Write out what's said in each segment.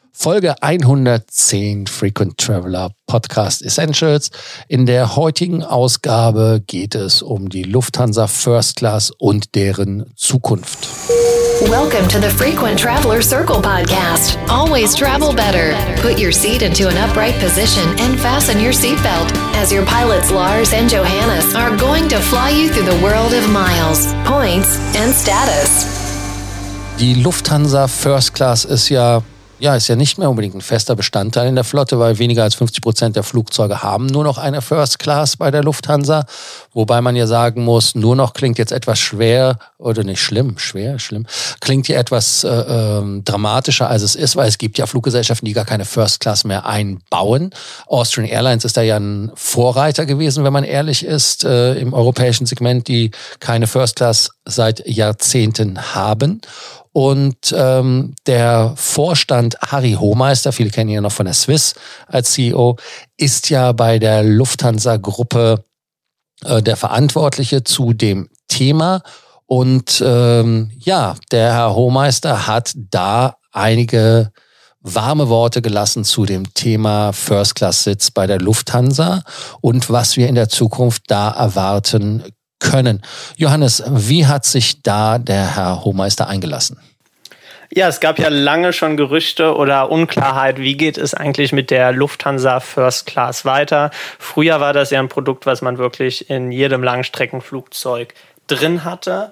Folge 110 Frequent Traveler Podcast Essentials. In der heutigen Ausgabe geht es um die Lufthansa First Class und deren Zukunft. Welcome to the Frequent Traveler Circle podcast. Always travel better. Put your seat into an upright position and fasten your seatbelt as your pilots Lars and Johannes are going to fly you through the world of miles, points and status. Die Lufthansa First Class ist ja nicht mehr unbedingt ein fester Bestandteil in der Flotte, weil weniger als 50% der Flugzeuge haben nur noch eine First Class bei der Lufthansa. Wobei man ja sagen muss, nur noch klingt jetzt etwas schwer oder nicht schlimm, klingt hier etwas dramatischer als es ist, weil es gibt ja Fluggesellschaften, die gar keine First Class mehr einbauen. Austrian Airlines ist da ja ein Vorreiter gewesen, wenn man ehrlich ist, im europäischen Segment, die keine First Class seit Jahrzehnten haben. Und der Vorstand Harry Hohmeister, viele kennen ihn ja noch von der Swiss als CEO, ist ja bei der Lufthansa-Gruppe der Verantwortliche zu dem Thema. Und der Herr Hohmeister hat da einige warme Worte gelassen zu dem Thema First-Class-Sitz bei der Lufthansa und was wir in der Zukunft da erwarten können. Johannes, wie hat sich da der Herr Hohmeister eingelassen? Ja, es gab ja lange schon Gerüchte oder Unklarheit, wie geht es eigentlich mit der Lufthansa First Class weiter. Früher war das ja ein Produkt, was man wirklich in jedem Langstreckenflugzeug drin hatte.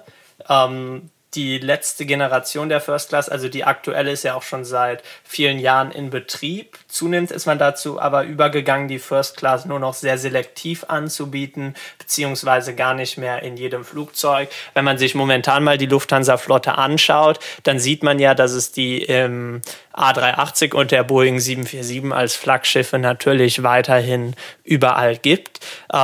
Die letzte Generation der First Class, also die aktuelle, ist ja auch schon seit vielen Jahren in Betrieb. Zunehmend ist man dazu aber übergegangen, die First Class nur noch sehr selektiv anzubieten, beziehungsweise gar nicht mehr in jedem Flugzeug. Wenn man sich momentan mal die Lufthansa-Flotte anschaut, dann sieht man ja, dass es die im A380 und der Boeing 747 als Flaggschiffe natürlich weiterhin überall gibt.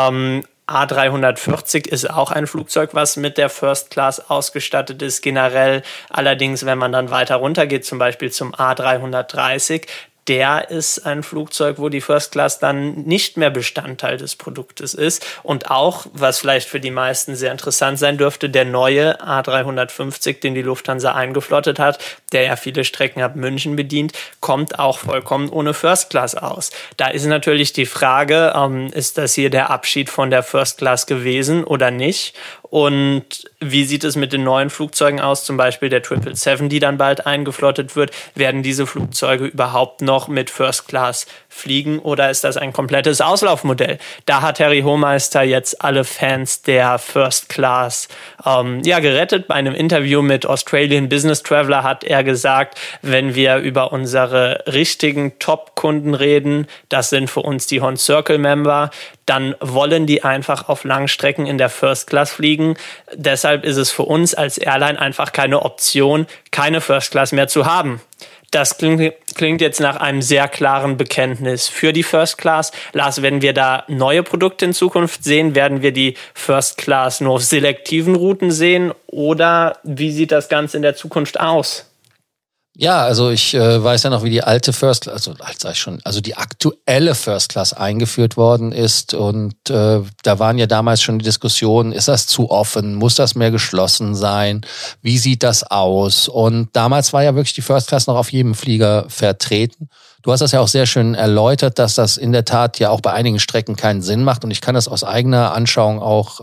A340 ist auch ein Flugzeug, was mit der First Class ausgestattet ist, generell. Allerdings, wenn man dann weiter runter geht, zum Beispiel zum A330, der ist ein Flugzeug, wo die First Class dann nicht mehr Bestandteil des Produktes ist. Und auch, was vielleicht für die meisten sehr interessant sein dürfte, der neue A350, den die Lufthansa eingeflottet hat, der ja viele Strecken ab München bedient, kommt auch vollkommen ohne First Class aus. Da ist natürlich die Frage, ist das hier der Abschied von der First Class gewesen oder nicht? Und wie sieht es mit den neuen Flugzeugen aus, zum Beispiel der 777, die dann bald eingeflottet wird? Werden diese Flugzeuge überhaupt noch mit First Class fliegen oder ist das ein komplettes Auslaufmodell? Da hat Harry Hohmeister jetzt alle Fans der First Class gerettet. Bei einem Interview mit Australian Business Traveler hat er gesagt, wenn wir über unsere richtigen Top-Kunden reden, das sind für uns die Horn Circle Member, dann wollen die einfach auf Langstrecken in der First Class fliegen. Deshalb ist es für uns als Airline einfach keine Option, keine First Class mehr zu haben. Das klingt jetzt nach einem sehr klaren Bekenntnis für die First Class. Lars, werden wir da neue Produkte in Zukunft sehen? Werden wir die First Class nur auf selektiven Routen sehen? Oder wie sieht das Ganze in der Zukunft aus? Ja, also ich weiß ja noch, wie die alte First Class, also die aktuelle First Class eingeführt worden ist und da waren ja damals schon die Diskussionen, ist das zu offen, muss das mehr geschlossen sein, wie sieht das aus? Und damals war ja wirklich die First Class noch auf jedem Flieger vertreten. Du hast das ja auch sehr schön erläutert, dass das in der Tat ja auch bei einigen Strecken keinen Sinn macht und ich kann das aus eigener Anschauung auch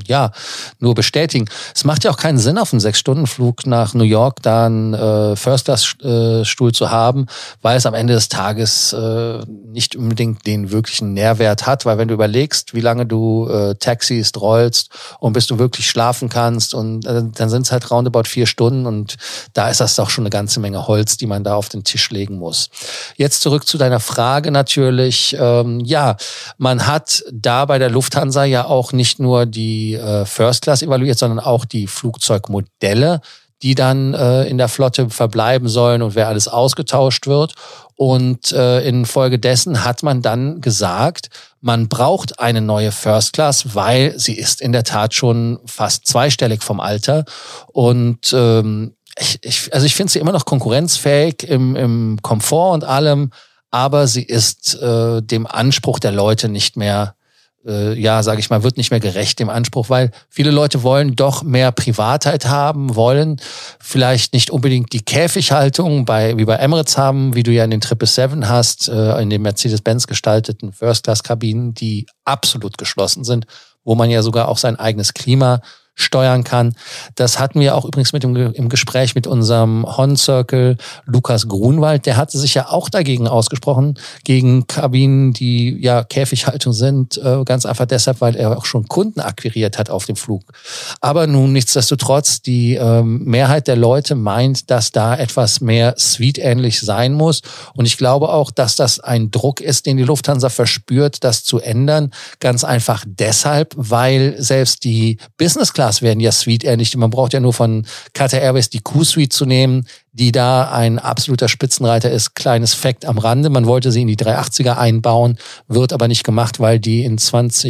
nur bestätigen. Es macht ja auch keinen Sinn, auf einen 6-Stunden-Flug nach New York da einen First-Class-Stuhl zu haben, weil es am Ende des Tages nicht unbedingt den wirklichen Nährwert hat, weil wenn du überlegst, wie lange du taxist, rollst und bis du wirklich schlafen kannst und dann sind es halt roundabout 4 Stunden und da ist das doch schon eine ganze Menge Holz, die man da auf den Tisch legen muss. Jetzt zurück zu deiner Frage natürlich. Man hat da bei der Lufthansa ja auch nicht nur die First Class evaluiert, sondern auch die Flugzeugmodelle, die dann in der Flotte verbleiben sollen und wer alles ausgetauscht wird. Und infolgedessen hat man dann gesagt, man braucht eine neue First Class, weil sie ist in der Tat schon fast zweistellig vom Alter. Und ich finde sie immer noch konkurrenzfähig im Komfort und allem, aber sie ist dem Anspruch der Leute nicht mehr sage ich mal, wird nicht mehr gerecht dem Anspruch, weil viele Leute wollen doch mehr Privatheit haben, wollen vielleicht nicht unbedingt die Käfighaltung wie bei Emirates haben, wie du ja in den 777 hast, in den Mercedes-Benz gestalteten First-Class-Kabinen, die absolut geschlossen sind, wo man ja sogar auch sein eigenes Klima steuern kann. Das hatten wir auch übrigens im Gespräch mit unserem Horn-Circle Lukas Grunwald. Der hatte sich ja auch dagegen ausgesprochen, gegen Kabinen, die ja Käfighaltung sind, ganz einfach deshalb, weil er auch schon Kunden akquiriert hat auf dem Flug. Aber nun nichtsdestotrotz, die Mehrheit der Leute meint, dass da etwas mehr Suite-ähnlich sein muss. Und ich glaube auch, dass das ein Druck ist, den die Lufthansa verspürt, das zu ändern. Ganz einfach deshalb, weil selbst die Business Class werden ja Suite-ähnlich. Man braucht ja nur von Qatar Airways die Q-Suite zu nehmen, die da ein absoluter Spitzenreiter ist. Kleines Fact am Rande. Man wollte sie in die 380er einbauen, wird aber nicht gemacht, weil die in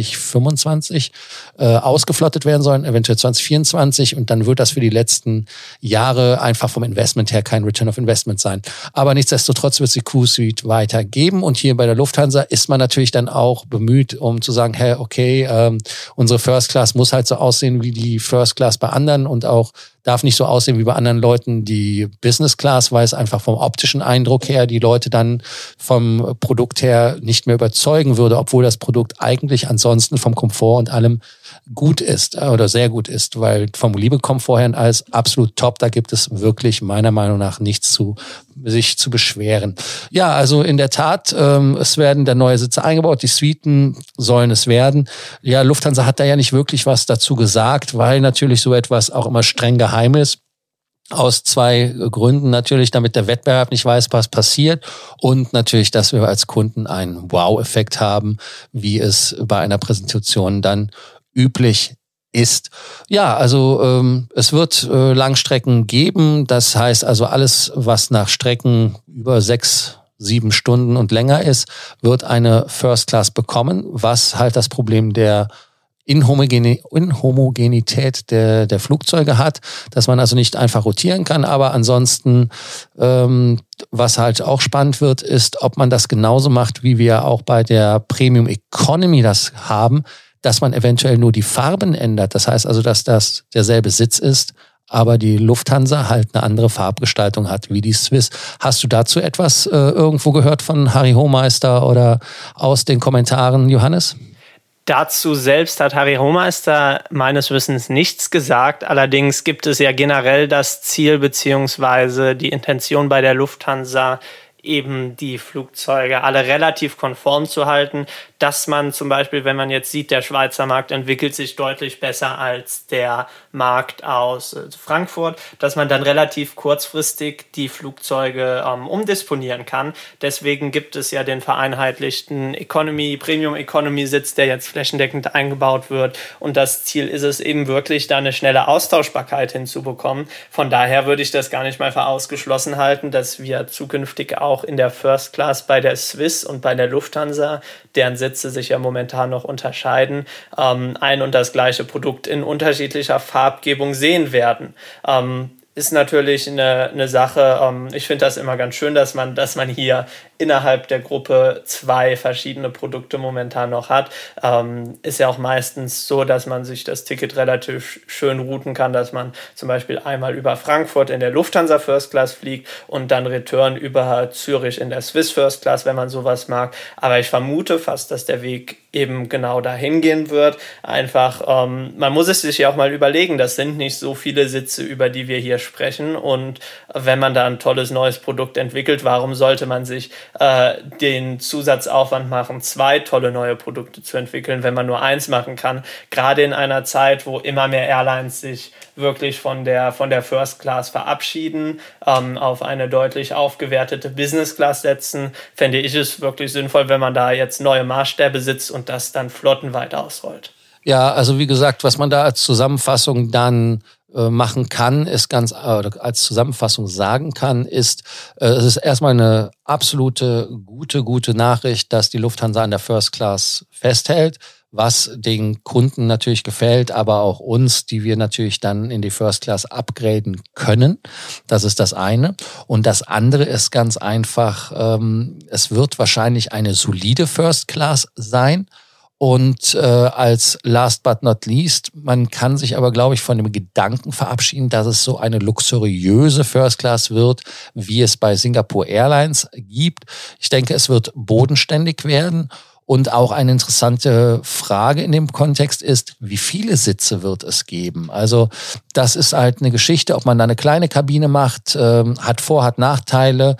2025 ausgeflottet werden sollen, eventuell 2024. Und dann wird das für die letzten Jahre einfach vom Investment her kein Return of Investment sein. Aber nichtsdestotrotz wird es die Q-Suite weitergeben. Und hier bei der Lufthansa ist man natürlich dann auch bemüht, um zu sagen, hey, okay, unsere First Class muss halt so aussehen wie die First Class bei anderen und auch darf nicht so aussehen wie bei anderen Leuten die Business Class, weil es einfach vom optischen Eindruck her die Leute dann vom Produkt her nicht mehr überzeugen würde, obwohl das Produkt eigentlich ansonsten vom Komfort und allem gut ist oder sehr gut ist, weil vom Liebekomfort her alles absolut top, da gibt es wirklich meiner Meinung nach nichts sich zu beschweren. Ja, also in der Tat, es werden da neue Sitze eingebaut, die Suiten sollen es werden. Ja, Lufthansa hat da ja nicht wirklich was dazu gesagt, weil natürlich so etwas auch immer streng geheim ist. Aus zwei Gründen natürlich, damit der Wettbewerb nicht weiß, was passiert und natürlich, dass wir als Kunden einen Wow-Effekt haben, wie es bei einer Präsentation dann üblich ist. Ja, also es wird Langstrecken geben. Das heißt also alles, was nach Strecken über 6-7 Stunden und länger ist, wird eine First Class bekommen, was halt das Problem der Inhomogenität der Flugzeuge hat, dass man also nicht einfach rotieren kann. Aber ansonsten, was halt auch spannend wird, ist, ob man das genauso macht, wie wir auch bei der Premium Economy das haben, dass man eventuell nur die Farben ändert. Das heißt also, dass das derselbe Sitz ist, aber die Lufthansa halt eine andere Farbgestaltung hat wie die Swiss. Hast du dazu etwas irgendwo gehört von Harry Hohmeister oder aus den Kommentaren, Johannes? Dazu selbst hat Harry Hohmeister meines Wissens nichts gesagt. Allerdings gibt es ja generell das Ziel bzw. die Intention bei der Lufthansa, eben die Flugzeuge alle relativ konform zu halten, dass man zum Beispiel, wenn man jetzt sieht, der Schweizer Markt entwickelt sich deutlich besser als der Markt aus Frankfurt, dass man dann relativ kurzfristig die Flugzeuge umdisponieren kann. Deswegen gibt es ja den vereinheitlichten Premium Economy Sitz, der jetzt flächendeckend eingebaut wird. Und das Ziel ist es eben wirklich, da eine schnelle Austauschbarkeit hinzubekommen. Von daher würde ich das gar nicht mal für ausgeschlossen halten, dass wir zukünftig auch in der First Class bei der Swiss und bei der Lufthansa, deren Sitze sich ja momentan noch unterscheiden, ein und das gleiche Produkt in unterschiedlicher Farbgebung sehen werden. Ist natürlich eine Sache, ich finde das immer ganz schön, dass man hier innerhalb der Gruppe 2 verschiedene Produkte momentan noch hat. Ist ja auch meistens so, dass man sich das Ticket relativ schön routen kann, dass man zum Beispiel einmal über Frankfurt in der Lufthansa First Class fliegt und dann Return über Zürich in der Swiss First Class, wenn man sowas mag. Aber ich vermute fast, dass der Weg eben genau dahin gehen wird. Einfach, man muss es sich ja auch mal überlegen, das sind nicht so viele Sitze, über die wir hier sprechen, und wenn man da ein tolles neues Produkt entwickelt, warum sollte man sich den Zusatzaufwand machen, 2 tolle neue Produkte zu entwickeln, wenn man nur 1 machen kann, gerade in einer Zeit, wo immer mehr Airlines sich wirklich von der First Class verabschieden, auf eine deutlich aufgewertete Business Class setzen, fände ich es wirklich sinnvoll, wenn man da jetzt neue Maßstäbe setzt und das dann flottenweit ausrollt. Ja, also wie gesagt, was man da als Zusammenfassung dann machen kann, ist als Zusammenfassung sagen kann, ist, es ist erstmal eine absolute gute Nachricht, dass die Lufthansa an der First Class festhält, was den Kunden natürlich gefällt, aber auch uns, die wir natürlich dann in die First Class upgraden können. Das ist das eine. Und das andere ist ganz einfach, es wird wahrscheinlich eine solide First Class sein. Und als last but not least, man kann sich aber, glaube ich, von dem Gedanken verabschieden, dass es so eine luxuriöse First Class wird, wie es bei Singapore Airlines gibt. Ich denke, es wird bodenständig werden. Und auch eine interessante Frage in dem Kontext ist, wie viele Sitze wird es geben? Also das ist halt eine Geschichte, ob man da eine kleine Kabine macht, hat Vor-, hat Nachteile.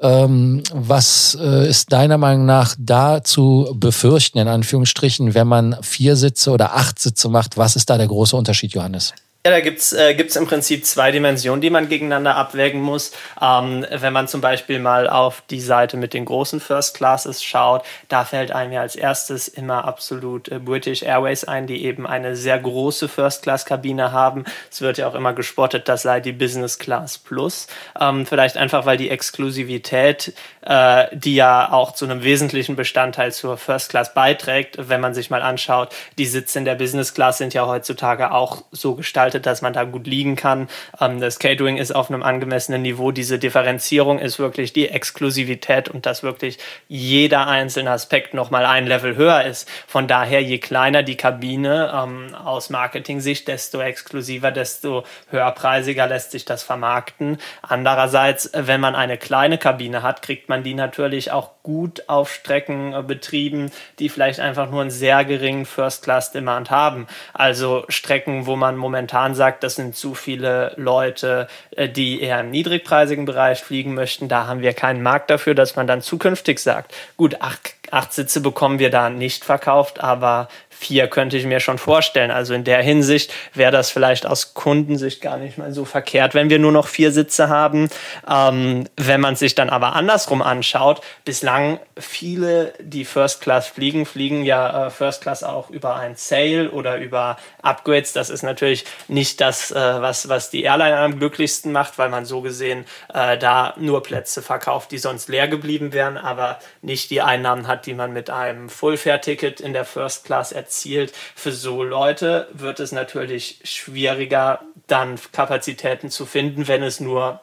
Was ist deiner Meinung nach da zu befürchten, in Anführungsstrichen, wenn man 4 Sitze oder 8 Sitze macht? Was ist da der große Unterschied, Johannes? Ja, da gibt's im Prinzip 2 Dimensionen, die man gegeneinander abwägen muss. Wenn man zum Beispiel mal auf die Seite mit den großen First Classes schaut, da fällt einem ja als erstes immer absolut British Airways ein, die eben eine sehr große First Class Kabine haben. Es wird ja auch immer gespottet, das sei die Business Class Plus. Vielleicht einfach, weil die Exklusivität, die ja auch zu einem wesentlichen Bestandteil zur First Class beiträgt, wenn man sich mal anschaut, die Sitze in der Business Class sind ja heutzutage auch so gestaltet, dass man da gut liegen kann. Das Catering ist auf einem angemessenen Niveau. Diese Differenzierung ist wirklich die Exklusivität und dass wirklich jeder einzelne Aspekt nochmal ein Level höher ist. Von daher, je kleiner die Kabine aus Marketing-Sicht, desto exklusiver, desto höherpreisiger lässt sich das vermarkten. Andererseits, wenn man eine kleine Kabine hat, kriegt man die natürlich auch gut auf Strecken betrieben, die vielleicht einfach nur einen sehr geringen First-Class-Demand haben. Also Strecken, wo man momentan sagt, das sind zu viele Leute, die eher im niedrigpreisigen Bereich fliegen möchten. Da haben wir keinen Markt dafür, dass man dann zukünftig sagt, gut, 8 Sitze bekommen wir da nicht verkauft, aber 4 könnte ich mir schon vorstellen. Also in der Hinsicht wäre das vielleicht aus Kundensicht gar nicht mal so verkehrt, wenn wir nur noch 4 Sitze haben. Wenn man sich dann aber andersrum anschaut, bislang viele, die First Class fliegen ja First Class auch über ein Sale oder über Upgrades. Das ist natürlich nicht das, was die Airline am glücklichsten macht, weil man so gesehen da nur Plätze verkauft, die sonst leer geblieben wären, aber nicht die Einnahmen hat, die man mit einem Full-Fare-Ticket in der First Class erzielt. Für so Leute wird es natürlich schwieriger, dann Kapazitäten zu finden, wenn es nur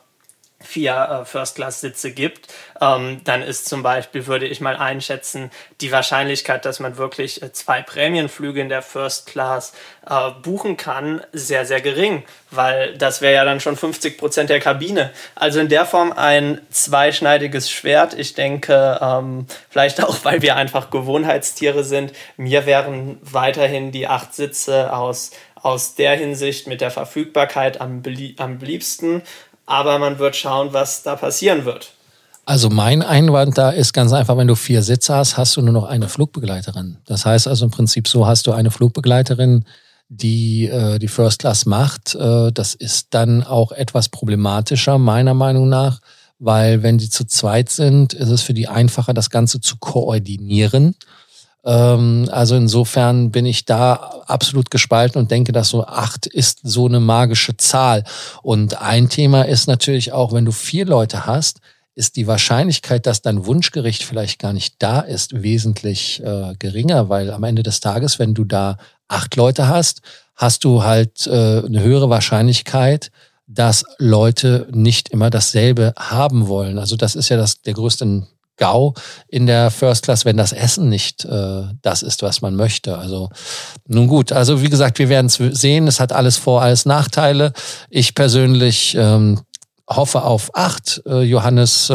4 First-Class-Sitze gibt, dann ist zum Beispiel, würde ich mal einschätzen, die Wahrscheinlichkeit, dass man wirklich 2 Prämienflüge in der First Class buchen kann, sehr, sehr gering, weil das wäre ja dann schon 50% der Kabine. Also in der Form ein zweischneidiges Schwert. Ich denke, vielleicht auch, weil wir einfach Gewohnheitstiere sind, mir wären weiterhin die 8 Sitze aus der Hinsicht mit der Verfügbarkeit am liebsten. Aber man wird schauen, was da passieren wird. Also mein Einwand da ist ganz einfach, wenn du 4 Sitze hast, hast du nur noch eine Flugbegleiterin. Das heißt also im Prinzip so, hast du eine Flugbegleiterin, die die First Class macht. Das ist dann auch etwas problematischer, meiner Meinung nach, weil wenn die zu zweit sind, ist es für die einfacher, das Ganze zu koordinieren. Also insofern bin ich da absolut gespalten und denke, dass so 8 ist so eine magische Zahl. Und ein Thema ist natürlich auch, wenn du 4 Leute hast, ist die Wahrscheinlichkeit, dass dein Wunschgericht vielleicht gar nicht da ist, wesentlich geringer, weil am Ende des Tages, wenn du da 8 Leute hast, hast du halt eine höhere Wahrscheinlichkeit, dass Leute nicht immer dasselbe haben wollen. Also das ist ja der größte GAU in der First Class, wenn das Essen nicht das ist, was man möchte. Also nun gut, also wie gesagt, wir werden es sehen. Es hat alles Vor-, alles Nachteile. Ich persönlich hoffe auf 8. Johannes,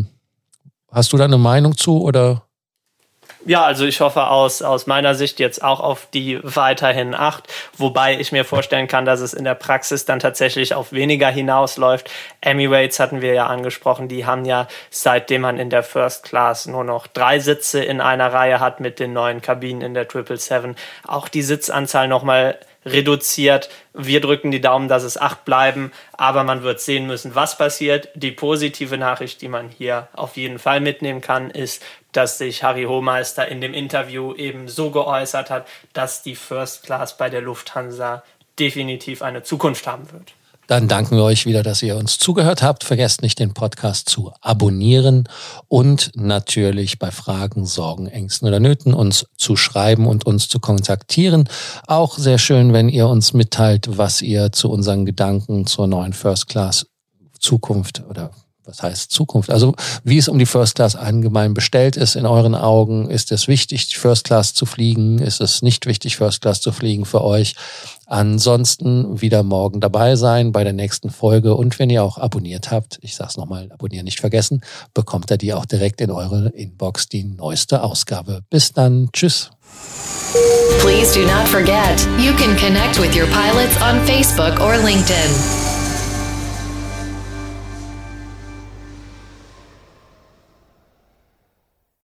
hast du da eine Meinung zu oder? Ja, also ich hoffe aus meiner Sicht jetzt auch auf die weiterhin 8, wobei ich mir vorstellen kann, dass es in der Praxis dann tatsächlich auf weniger hinausläuft. Emirates hatten wir ja angesprochen, die haben ja, seitdem man in der First Class nur noch 3 Sitze in einer Reihe hat mit den neuen Kabinen in der 777, auch die Sitzanzahl nochmal reduziert. Wir drücken die Daumen, dass es 8 bleiben, aber man wird sehen müssen, was passiert. Die positive Nachricht, die man hier auf jeden Fall mitnehmen kann, ist, dass sich Harry Hohmeister in dem Interview eben so geäußert hat, dass die First Class bei der Lufthansa definitiv eine Zukunft haben wird. Dann danken wir euch wieder, dass ihr uns zugehört habt. Vergesst nicht, den Podcast zu abonnieren und natürlich bei Fragen, Sorgen, Ängsten oder Nöten uns zu schreiben und uns zu kontaktieren. Auch sehr schön, wenn ihr uns mitteilt, was ihr zu unseren Gedanken zur neuen First Class Zukunft oder was heißt Zukunft? Also wie es um die First Class allgemein bestellt ist in euren Augen. Ist es wichtig, First Class zu fliegen? Ist es nicht wichtig, First Class zu fliegen für euch? Ansonsten wieder morgen dabei sein bei der nächsten Folge. Und wenn ihr auch abonniert habt, ich sag's nochmal, abonnieren nicht vergessen, bekommt ihr die auch direkt in eure Inbox, die neueste Ausgabe. Bis dann. Tschüss. Please do not forget, you can connect with your pilots on Facebook or LinkedIn.